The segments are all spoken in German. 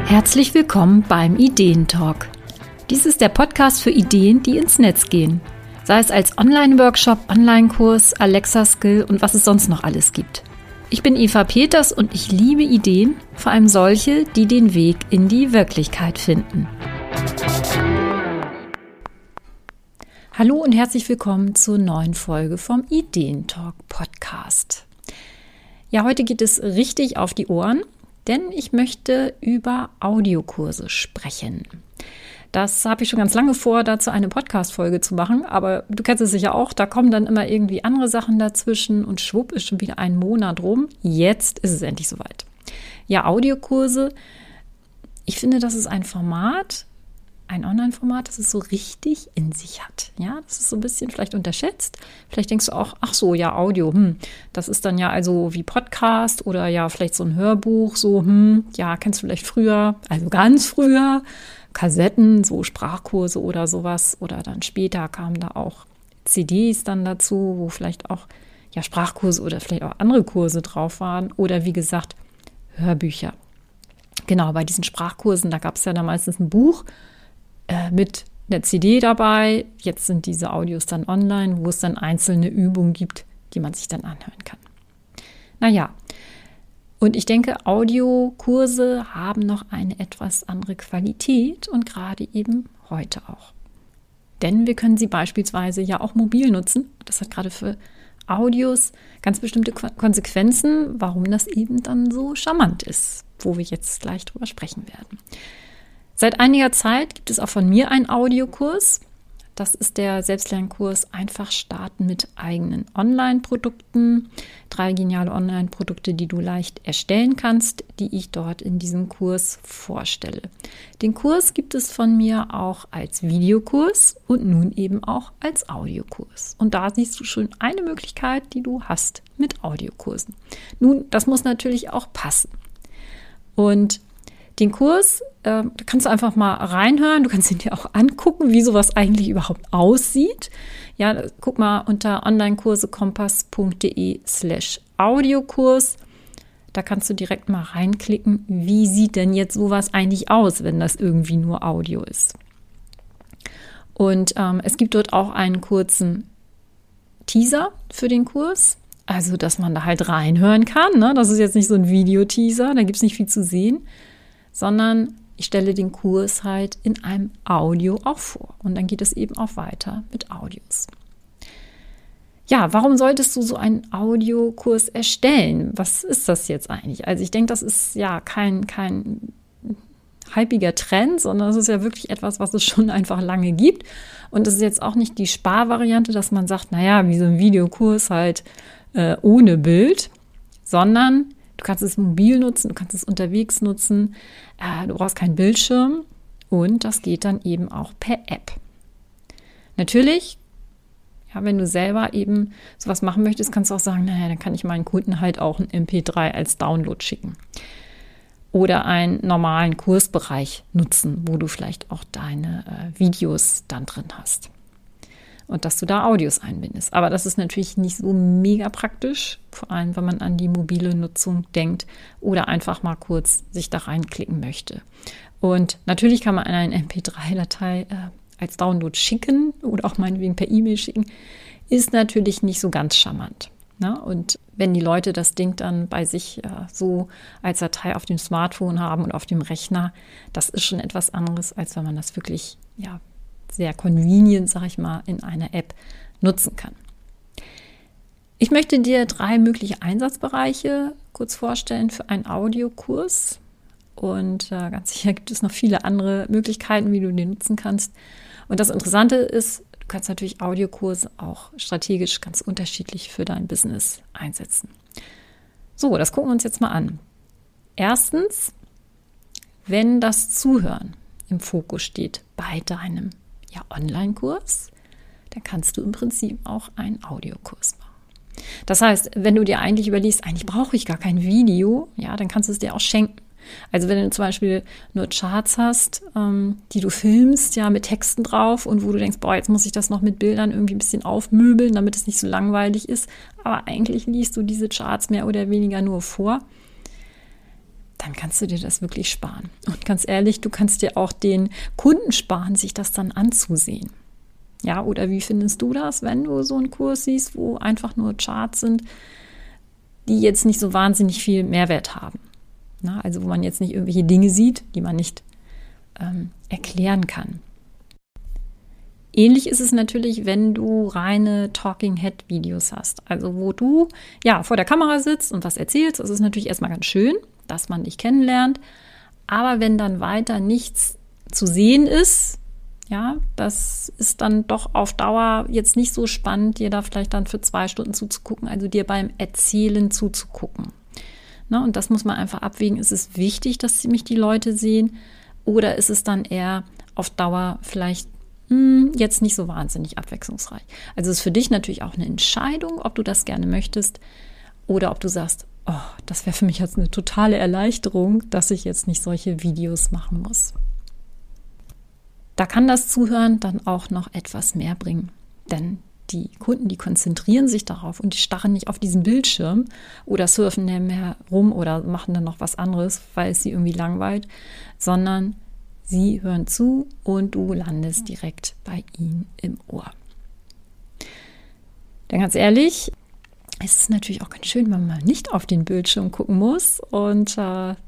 Herzlich willkommen beim Ideentalk. Dies ist der Podcast für Ideen, die ins Netz gehen. Sei es als Online-Workshop, Online-Kurs, Alexa-Skill und was es sonst noch alles gibt. Ich bin Eva Peters und ich liebe Ideen, vor allem solche, die den Weg in die Wirklichkeit finden. Hallo und herzlich willkommen zur neuen Folge vom Ideentalk Podcast. Ja, heute geht es richtig auf die Ohren, denn ich möchte über Audiokurse sprechen. Das habe ich schon ganz lange vor, dazu eine Podcast-Folge zu machen, aber du kennst es sicher auch, da kommen dann immer irgendwie andere Sachen dazwischen und schwupp ist schon wieder ein Monat rum. Jetzt ist es endlich soweit. Ja, Audiokurse, ich finde, das ist ein Format, ein Online-Format, das es so richtig in sich hat. Ja, das ist so ein bisschen vielleicht unterschätzt. Vielleicht denkst du auch, ach so, ja, Audio, das ist dann ja also wie Podcast oder ja vielleicht so ein Hörbuch, so, ja, kennst du vielleicht früher, also ganz früher, Kassetten, so Sprachkurse oder sowas. Oder dann später kamen da auch CDs dann dazu, wo vielleicht auch ja Sprachkurse oder vielleicht auch andere Kurse drauf waren. Oder wie gesagt, Hörbücher. Genau, bei diesen Sprachkursen, da gab es ja dann meistens ein Buch mit einer CD dabei. Jetzt sind diese Audios dann online, wo es dann einzelne Übungen gibt, die man sich dann anhören kann. Naja, und ich denke, Audiokurse haben noch eine etwas andere Qualität und gerade eben heute auch. Denn wir können sie beispielsweise ja auch mobil nutzen. Das hat gerade für Audios ganz bestimmte Konsequenzen, warum das eben dann so charmant ist, wo wir jetzt gleich drüber sprechen werden. Seit einiger Zeit gibt es auch von mir einen Audiokurs. Das ist der Selbstlernkurs Einfach starten mit eigenen Online-Produkten. 3 geniale Online-Produkte, die du leicht erstellen kannst, die ich dort in diesem Kurs vorstelle. Den Kurs gibt es von mir auch als Videokurs und nun eben auch als Audiokurs. Und da siehst du schon eine Möglichkeit, die du hast mit Audiokursen. Nun, das muss natürlich auch passen. Und den Kurs, da kannst du einfach mal reinhören. Du kannst ihn dir auch angucken, wie sowas eigentlich überhaupt aussieht. Ja, guck mal unter onlinekursekompass.de/Audiokurs. Da kannst du direkt mal reinklicken, wie sieht denn jetzt sowas eigentlich aus, wenn das irgendwie nur Audio ist. Und es gibt dort auch einen kurzen Teaser für den Kurs. Also, dass man da halt reinhören kann. Ne? Das ist jetzt nicht so ein Videoteaser, da gibt es nicht viel zu sehen, sondern ich stelle den Kurs halt in einem Audio auch vor. Und dann geht es eben auch weiter mit Audios. Ja, warum solltest du so einen Audiokurs erstellen? Was ist das jetzt eigentlich? Also ich denke, das ist ja kein hypiger Trend, sondern es ist ja wirklich etwas, was es schon einfach lange gibt. Und es ist jetzt auch nicht die Sparvariante, dass man sagt, naja, wie so ein Videokurs halt ohne Bild, sondern du kannst es mobil nutzen, du kannst es unterwegs nutzen, du brauchst keinen Bildschirm und das geht dann eben auch per App. Natürlich, ja, wenn du selber eben sowas machen möchtest, kannst du auch sagen, naja, dann kann ich meinen Kunden halt auch ein MP3 als Download schicken. Oder einen normalen Kursbereich nutzen, wo du vielleicht auch deine Videos dann drin hast. Und dass du da Audios einbindest. Aber das ist natürlich nicht so mega praktisch, vor allem wenn man an die mobile Nutzung denkt oder einfach mal kurz sich da reinklicken möchte. Und natürlich kann man eine MP3-Datei als Download schicken oder auch meinetwegen per E-Mail schicken, ist natürlich nicht so ganz charmant. Ne? Und wenn die Leute das Ding dann bei sich so als Datei auf dem Smartphone haben und auf dem Rechner, das ist schon etwas anderes, als wenn man das wirklich sehr convenient, sag ich mal, in einer App nutzen kann. Ich möchte dir 3 mögliche Einsatzbereiche kurz vorstellen für einen Audiokurs. Und ganz sicher gibt es noch viele andere Möglichkeiten, wie du den nutzen kannst. Und das Interessante ist, du kannst natürlich Audiokurse auch strategisch ganz unterschiedlich für dein Business einsetzen. So, das gucken wir uns jetzt mal an. Erstens, wenn das Zuhören im Fokus steht bei deinem Online-Kurs, dann kannst du im Prinzip auch einen Audiokurs machen. Das heißt, wenn du dir eigentlich überlegst, eigentlich brauche ich gar kein Video, ja, dann kannst du es dir auch schenken. Also wenn du zum Beispiel nur Charts hast, die du filmst, ja, mit Texten drauf und wo du denkst, boah, jetzt muss ich das noch mit Bildern irgendwie ein bisschen aufmöbeln, damit es nicht so langweilig ist, aber eigentlich liest du diese Charts mehr oder weniger nur vor, dann kannst du dir das wirklich sparen. Und ganz ehrlich, du kannst dir auch den Kunden sparen, sich das dann anzusehen. Ja, oder wie findest du das, wenn du so einen Kurs siehst, wo einfach nur Charts sind, die jetzt nicht so wahnsinnig viel Mehrwert haben? Na, also wo man jetzt nicht irgendwelche Dinge sieht, die man nicht erklären kann. Ähnlich ist es natürlich, wenn du reine Talking-Head-Videos hast. Also wo du ja vor der Kamera sitzt und was erzählst. Das ist natürlich erstmal ganz schön, dass man dich kennenlernt. Aber wenn dann weiter nichts zu sehen ist, ja, das ist dann doch auf Dauer jetzt nicht so spannend, dir da vielleicht dann für 2 Stunden zuzugucken, also dir beim Erzählen zuzugucken. Na, und das muss man einfach abwägen. Ist es wichtig, dass mich die Leute sehen? Oder ist es dann eher auf Dauer vielleicht jetzt nicht so wahnsinnig abwechslungsreich? Also ist für dich natürlich auch eine Entscheidung, ob du das gerne möchtest oder ob du sagst, oh, das wäre für mich jetzt eine totale Erleichterung, dass ich jetzt nicht solche Videos machen muss. Da kann das Zuhören dann auch noch etwas mehr bringen, denn die Kunden, die konzentrieren sich darauf und die starren nicht auf diesen Bildschirm oder surfen mehr rum oder machen dann noch was anderes, weil es sie irgendwie langweilt, sondern sie hören zu und du landest direkt bei ihnen im Ohr. Denn ganz ehrlich, es ist natürlich auch ganz schön, wenn man nicht auf den Bildschirm gucken muss. Und ja,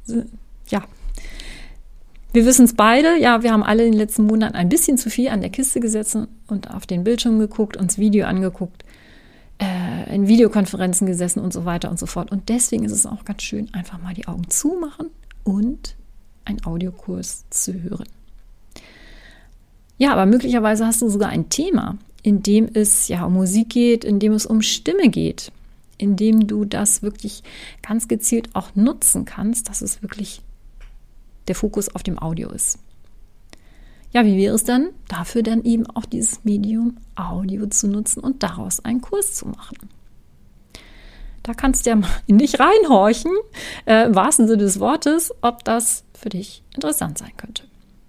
wir wissen es beide. Ja, wir haben alle in den letzten Monaten ein bisschen zu viel an der Kiste gesessen und auf den Bildschirm geguckt, uns Video angeguckt, in Videokonferenzen gesessen und so weiter und so fort. Und deswegen ist es auch ganz schön, einfach mal die Augen zumachen und einen Audiokurs zu hören. Ja, aber möglicherweise hast du sogar ein Thema, in dem es ja um Musik geht, in dem es um Stimme geht, in dem du das wirklich ganz gezielt auch nutzen kannst, dass es wirklich der Fokus auf dem Audio ist. Ja, wie wäre es dann, dafür dann eben auch dieses Medium Audio zu nutzen und daraus einen Kurs zu machen? Da kannst du ja mal in dich reinhorchen, im wahrsten Sinne des Wortes, ob das für dich interessant sein könnte.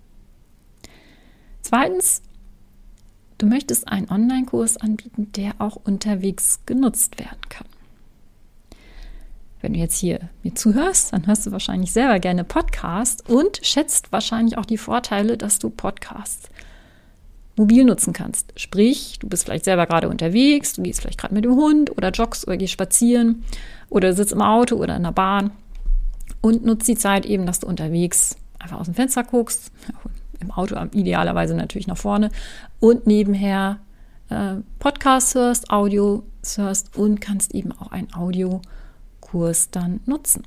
Zweitens, du möchtest einen Online-Kurs anbieten, der auch unterwegs genutzt werden kann. Wenn du jetzt hier mir zuhörst, dann hörst du wahrscheinlich selber gerne Podcasts und schätzt wahrscheinlich auch die Vorteile, dass du Podcasts mobil nutzen kannst. Sprich, du bist vielleicht selber gerade unterwegs, du gehst vielleicht gerade mit dem Hund oder joggst oder gehst spazieren oder sitzt im Auto oder in der Bahn und nutzt die Zeit eben, dass du unterwegs einfach aus dem Fenster guckst, im Auto idealerweise natürlich nach vorne und nebenher Podcasts hörst, Audio hörst und kannst eben auch einen Audiokurs dann nutzen.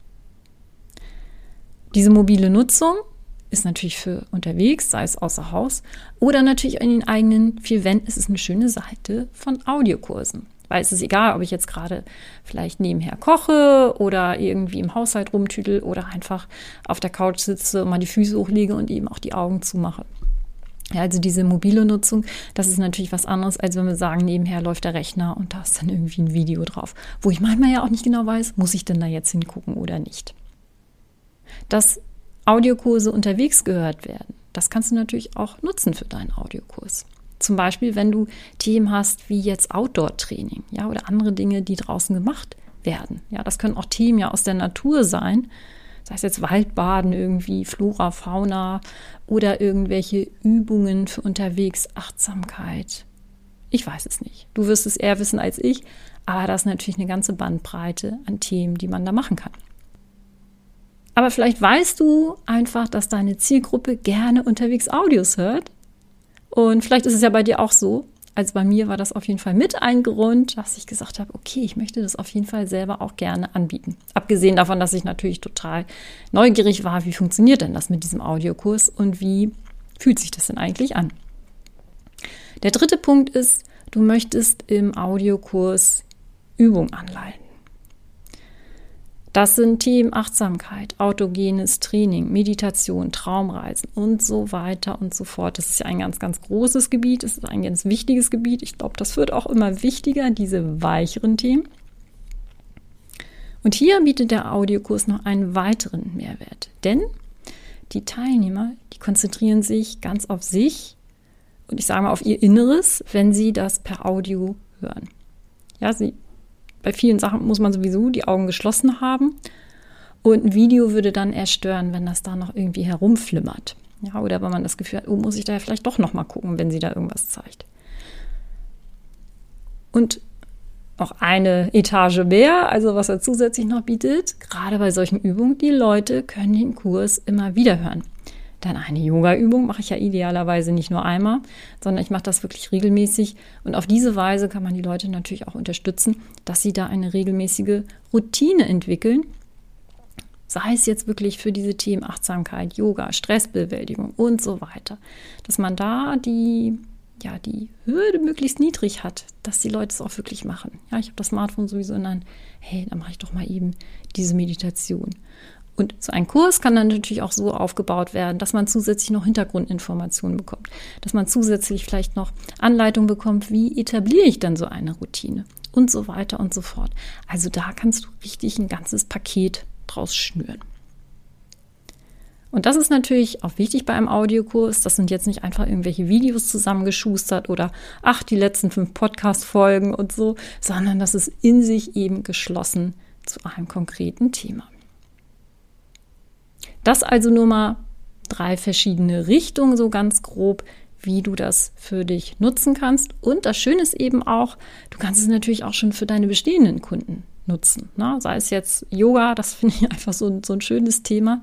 Diese mobile Nutzung ist natürlich für unterwegs, sei es außer Haus oder natürlich in den eigenen 4 Wänden, ist es eine schöne Seite von Audiokursen. Weil es ist egal, ob ich jetzt gerade vielleicht nebenher koche oder irgendwie im Haushalt rumtüdel oder einfach auf der Couch sitze und mal die Füße hochlege und eben auch die Augen zumache. Ja, also diese mobile Nutzung, das ist natürlich was anderes, als wenn wir sagen, nebenher läuft der Rechner und da ist dann irgendwie ein Video drauf, wo ich manchmal ja auch nicht genau weiß, muss ich denn da jetzt hingucken oder nicht. Dass Audiokurse unterwegs gehört werden, das kannst du natürlich auch nutzen für deinen Audiokurs. Zum Beispiel, wenn du Themen hast wie jetzt Outdoor-Training, ja, oder andere Dinge, die draußen gemacht werden. Ja, das können auch Themen ja aus der Natur sein, sei es jetzt Waldbaden irgendwie, Flora, Fauna oder irgendwelche Übungen für unterwegs, Achtsamkeit. Ich weiß es nicht. Du wirst es eher wissen als ich, aber das ist natürlich eine ganze Bandbreite an Themen, die man da machen kann. Aber vielleicht weißt du einfach, dass deine Zielgruppe gerne unterwegs Audios hört. Und vielleicht ist es ja bei dir auch so. Also bei mir war das auf jeden Fall mit ein Grund, dass ich gesagt habe, okay, ich möchte das auf jeden Fall selber auch gerne anbieten. Abgesehen davon, dass ich natürlich total neugierig war, wie funktioniert denn das mit diesem Audiokurs und wie fühlt sich das denn eigentlich an? Der dritte Punkt ist, du möchtest im Audiokurs Übung anleiten. Das sind Themen Achtsamkeit, autogenes Training, Meditation, Traumreisen und so weiter und so fort. Das ist ja ein ganz, ganz großes Gebiet, es ist ein ganz wichtiges Gebiet. Ich glaube, das wird auch immer wichtiger, diese weicheren Themen. Und hier bietet der Audiokurs noch einen weiteren Mehrwert, denn die Teilnehmer, die konzentrieren sich ganz auf sich und ich sage mal auf ihr Inneres, wenn sie das per Audio hören. Ja, bei vielen Sachen muss man sowieso die Augen geschlossen haben Und ein Video würde dann eher stören, wenn das da noch irgendwie herumflimmert. Ja, oder wenn man das Gefühl hat, oh, muss ich da vielleicht doch noch mal gucken, wenn sie da irgendwas zeigt. Und auch eine Etage mehr, also was er zusätzlich noch bietet, gerade bei solchen Übungen, die Leute können den Kurs immer wieder hören. Denn eine Yoga-Übung mache ich ja idealerweise nicht nur einmal, sondern ich mache das wirklich regelmäßig. Und auf diese Weise kann man die Leute natürlich auch unterstützen, dass sie da eine regelmäßige Routine entwickeln. Sei es jetzt wirklich für diese Themen Achtsamkeit, Yoga, Stressbewältigung und so weiter. Dass man da die Hürde möglichst niedrig hat, dass die Leute es auch wirklich machen. Ja, ich habe das Smartphone sowieso in der Hand. Hey, dann mache ich doch mal eben diese Meditation. Und so ein Kurs kann dann natürlich auch so aufgebaut werden, dass man zusätzlich noch Hintergrundinformationen bekommt, dass man zusätzlich vielleicht noch Anleitung bekommt, wie etabliere ich dann so eine Routine und so weiter und so fort. Also da kannst du richtig ein ganzes Paket draus schnüren. Und das ist natürlich auch wichtig bei einem Audiokurs. Das sind jetzt nicht einfach irgendwelche Videos zusammengeschustert oder die letzten 5 Podcast-Folgen und so, sondern das ist in sich eben geschlossen zu einem konkreten Thema. Das also nur mal 3 verschiedene Richtungen, so ganz grob, wie du das für dich nutzen kannst. Und das Schöne ist eben auch, du kannst es natürlich auch schon für deine bestehenden Kunden nutzen. Ne? Sei es jetzt Yoga, das finde ich einfach so ein schönes Thema.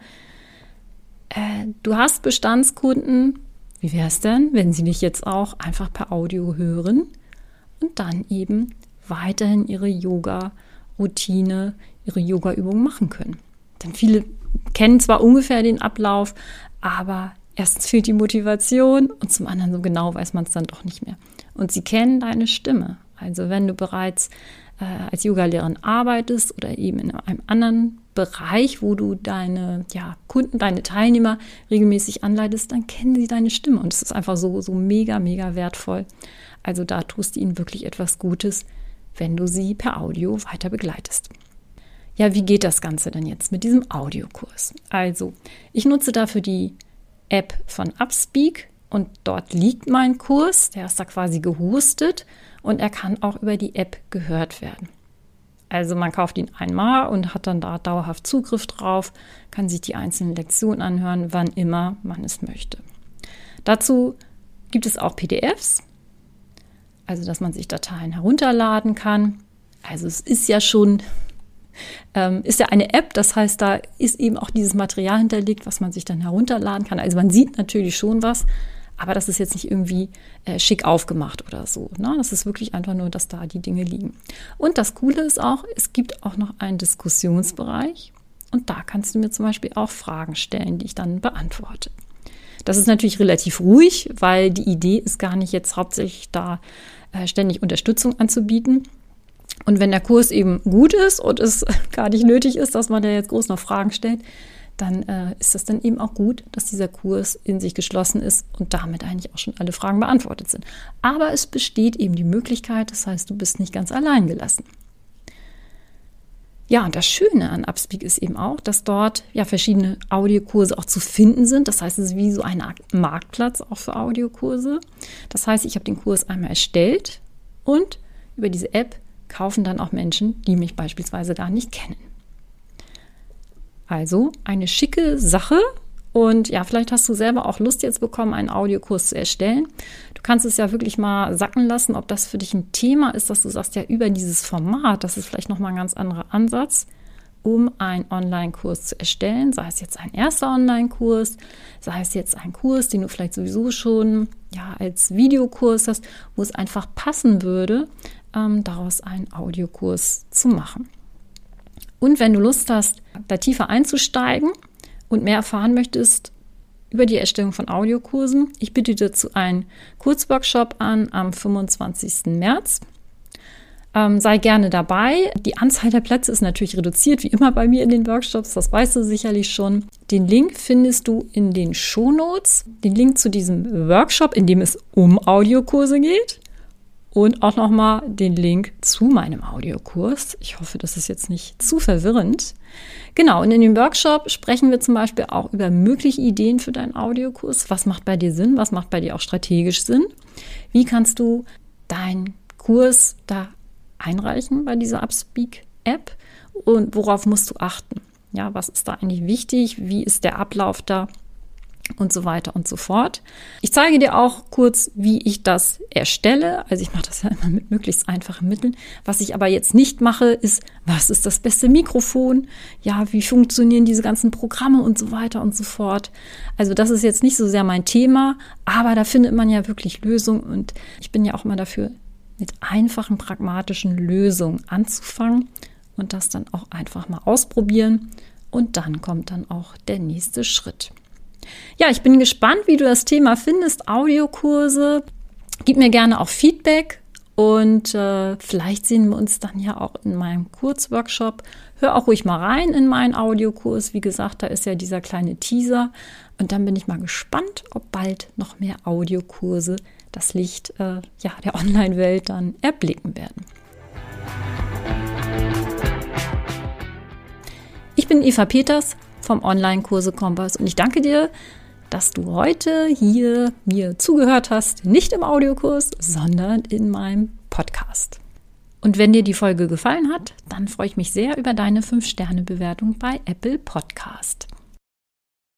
Du hast Bestandskunden, wie wäre es denn, wenn sie dich jetzt auch einfach per Audio hören und dann eben weiterhin ihre Yoga-Routine, ihre Yoga-Übungen machen können. Denn viele kennen zwar ungefähr den Ablauf, aber erstens fehlt die Motivation und zum anderen so genau weiß man es dann doch nicht mehr. Und sie kennen deine Stimme. Also wenn du bereits als Yogalehrerin arbeitest oder eben in einem anderen Bereich, wo du deine Kunden, deine Teilnehmer regelmäßig anleitest, dann kennen sie deine Stimme. Und es ist einfach so mega, mega wertvoll. Also da tust du ihnen wirklich etwas Gutes, wenn du sie per Audio weiter begleitest. Ja, wie geht das Ganze denn jetzt mit diesem Audiokurs? Also, ich nutze dafür die App von Upspeak und dort liegt mein Kurs, der ist da quasi gehostet und er kann auch über die App gehört werden. Also man kauft ihn einmal und hat dann da dauerhaft Zugriff drauf, kann sich die einzelnen Lektionen anhören, wann immer man es möchte. Dazu gibt es auch PDFs, also dass man sich Dateien herunterladen kann. Also es ist ja schon eine App, das heißt, da ist eben auch dieses Material hinterlegt, was man sich dann herunterladen kann. Also man sieht natürlich schon was, aber das ist jetzt nicht irgendwie schick aufgemacht oder so. Ne? Das ist wirklich einfach nur, dass da die Dinge liegen. Und das Coole ist auch, es gibt auch noch einen Diskussionsbereich und da kannst du mir zum Beispiel auch Fragen stellen, die ich dann beantworte. Das ist natürlich relativ ruhig, weil die Idee ist gar nicht jetzt hauptsächlich da ständig Unterstützung anzubieten. Und wenn der Kurs eben gut ist und es gar nicht nötig ist, dass man da jetzt groß noch Fragen stellt, dann ist das dann eben auch gut, dass dieser Kurs in sich geschlossen ist und damit eigentlich auch schon alle Fragen beantwortet sind. Aber es besteht eben die Möglichkeit, das heißt, du bist nicht ganz allein gelassen. Ja, und das Schöne an Upspeak ist eben auch, dass dort verschiedene Audiokurse auch zu finden sind. Das heißt, es ist wie so eine Art Marktplatz auch für Audiokurse. Das heißt, ich habe den Kurs einmal erstellt und über diese App kaufen dann auch Menschen, die mich beispielsweise gar nicht kennen. Also eine schicke Sache und vielleicht hast du selber auch Lust jetzt bekommen, einen Audiokurs zu erstellen. Du kannst es ja wirklich mal sacken lassen, ob das für dich ein Thema ist, dass du sagst, über dieses Format, das ist vielleicht nochmal ein ganz anderer Ansatz, um einen Online-Kurs zu erstellen, sei es jetzt ein erster Online-Kurs, sei es jetzt ein Kurs, den du vielleicht sowieso schon als Videokurs hast, wo es einfach passen würde, daraus einen Audiokurs zu machen. Und wenn du Lust hast, da tiefer einzusteigen und mehr erfahren möchtest über die Erstellung von Audiokursen, ich biete dir dazu einen Kurzworkshop an am 25. März. Sei gerne dabei. Die Anzahl der Plätze ist natürlich reduziert, wie immer bei mir in den Workshops, das weißt du sicherlich schon. Den Link findest du in den Shownotes, den Link zu diesem Workshop, in dem es um Audiokurse geht. Und auch nochmal den Link zu meinem Audiokurs. Ich hoffe, das ist jetzt nicht zu verwirrend. Genau, und in dem Workshop sprechen wir zum Beispiel auch über mögliche Ideen für deinen Audiokurs. Was macht bei dir Sinn? Was macht bei dir auch strategisch Sinn? Wie kannst du deinen Kurs da einreichen bei dieser Upspeak-App? Und worauf musst du achten? Ja, was ist da eigentlich wichtig? Wie ist der Ablauf da? Und so weiter und so fort. Ich zeige dir auch kurz, wie ich das erstelle. Also ich mache das ja immer mit möglichst einfachen Mitteln. Was ich aber jetzt nicht mache, ist, was ist das beste Mikrofon? Ja, wie funktionieren diese ganzen Programme und so weiter und so fort. Also das ist jetzt nicht so sehr mein Thema, aber da findet man ja wirklich Lösungen. Und ich bin ja auch immer dafür, mit einfachen, pragmatischen Lösungen anzufangen und das dann auch einfach mal ausprobieren. Und dann kommt dann auch der nächste Schritt. Ja, ich bin gespannt, wie du das Thema findest, Audiokurse. Gib mir gerne auch Feedback und vielleicht sehen wir uns dann ja auch in meinem Kurzworkshop. Hör auch ruhig mal rein in meinen Audiokurs. Wie gesagt, da ist ja dieser kleine Teaser. Und dann bin ich mal gespannt, ob bald noch mehr Audiokurse das Licht der Online-Welt dann erblicken werden. Ich bin Eva Peters vom Online-Kurse-Kompass und ich danke dir, dass du heute hier mir zugehört hast, nicht im Audiokurs, sondern in meinem Podcast. Und wenn dir die Folge gefallen hat, dann freue ich mich sehr über deine 5-Sterne-Bewertung bei Apple Podcast.